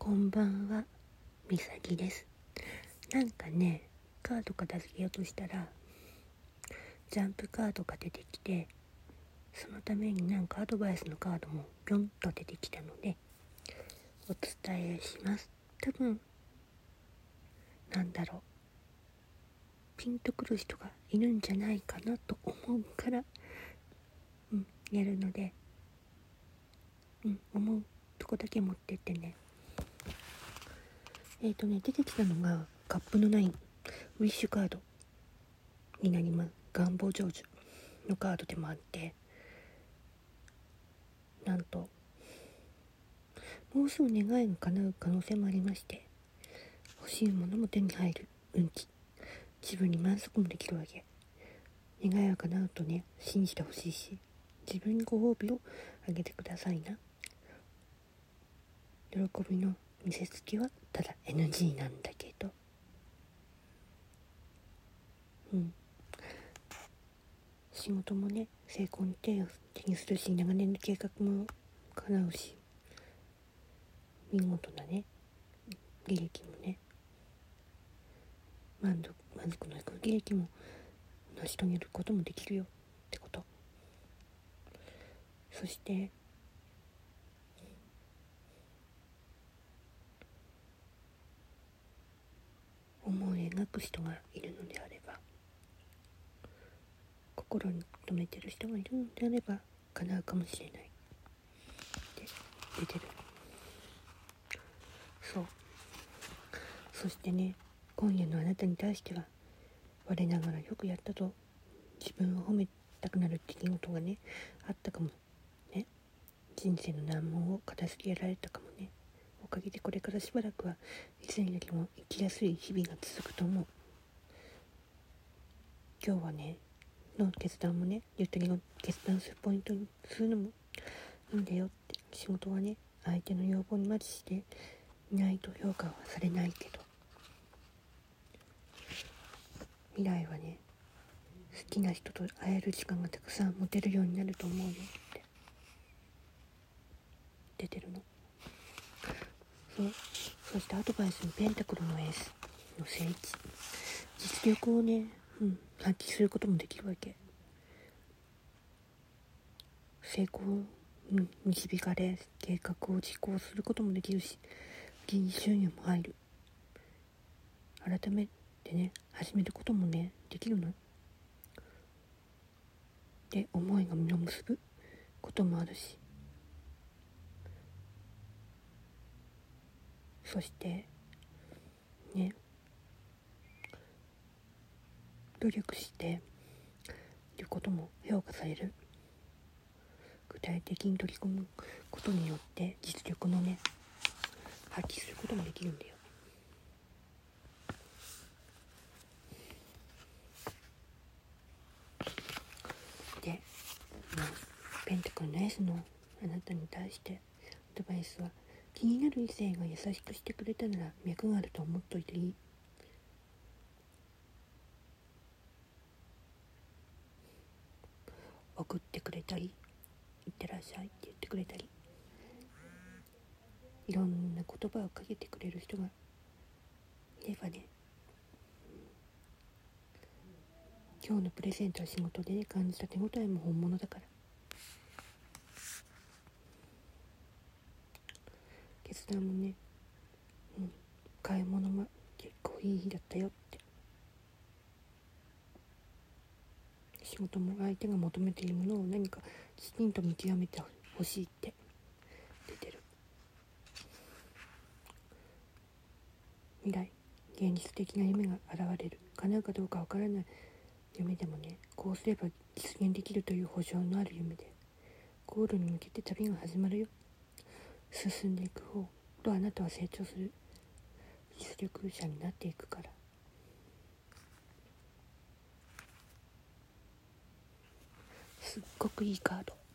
こんばんは、みさきです。なんかね、カード片付けようとしたらジャンプカードが出てきて、そのためになんかアドバイスのカードもぴょんと出てきたのでお伝えします。多分ピンとくる人がいるんじゃないかなと思うから、やるので、思うとこだけ持ってってね。出てきたのがカップの9ウィッシュカードになります。願望成就のカードでもあって、なんともうすぐ願いが叶う可能性もありまして、欲しいものも手に入る運気、自分に満足もできるわけ。願いが叶うとね、信じてほしいし、自分にご褒美をあげてくださいな。喜びの見せつけはただ NG なんだけど、仕事もね、成功に手にするし、長年の計画も叶うし、見事なね、利益もね、満足のいく利益も成し遂げることもできるよってこと。そして思い描く人がいるのであれば、心に留めてる人がいるのであれば叶うかもしれないって出てる。そしてね、今夜のあなたに対しては、我ながらよくやったと自分を褒めたくなる出来事がね、あったかもね。人生の難問を片付けられたかもね。おかげでこれからしばらくは以前よりも生きやすい日々が続くと思う。今日はねの決断もね、ゆとりを決断するポイントにするのもいいんだよって。仕事はね、相手の要望にマッチしていないと評価はされないけど、未来はね、好きな人と会える時間がたくさん持てるようになると思うよって出てるの。そしてアドバイスにペンタクルのエースの聖地、実力をね、発揮することもできるわけ。成功に導かれ計画を実行することもできるし、現金収入も入る。改めてね、始めることもね、できるので、思いが実を結ぶこともあるし、そしてね、努力していることも評価される。具体的に取り組むことによって実力のね、発揮することもできるんだよ。で、ペンタクルのエースのあなたに対してアドバイスは、気になる異性が優しくしてくれたなら脈があると思っといていい。送ってくれたり、いってらっしゃいって言ってくれたり、いろんな言葉をかけてくれる人がいればね、今日のプレゼントは仕事で、感じた手応えも本物だから。決断もね、買い物も結構いい日だったよって。仕事も相手が求めているものを何かきちんと見極めてほしいって出てる。未来、現実的な夢が現れる。叶うかどうかわからない夢でもね、こうすれば実現できるという保証のある夢で、ゴールに向けて旅が始まるよ。進んでいく方とあなたは成長する実力者になっていくから。すっごくいいカード。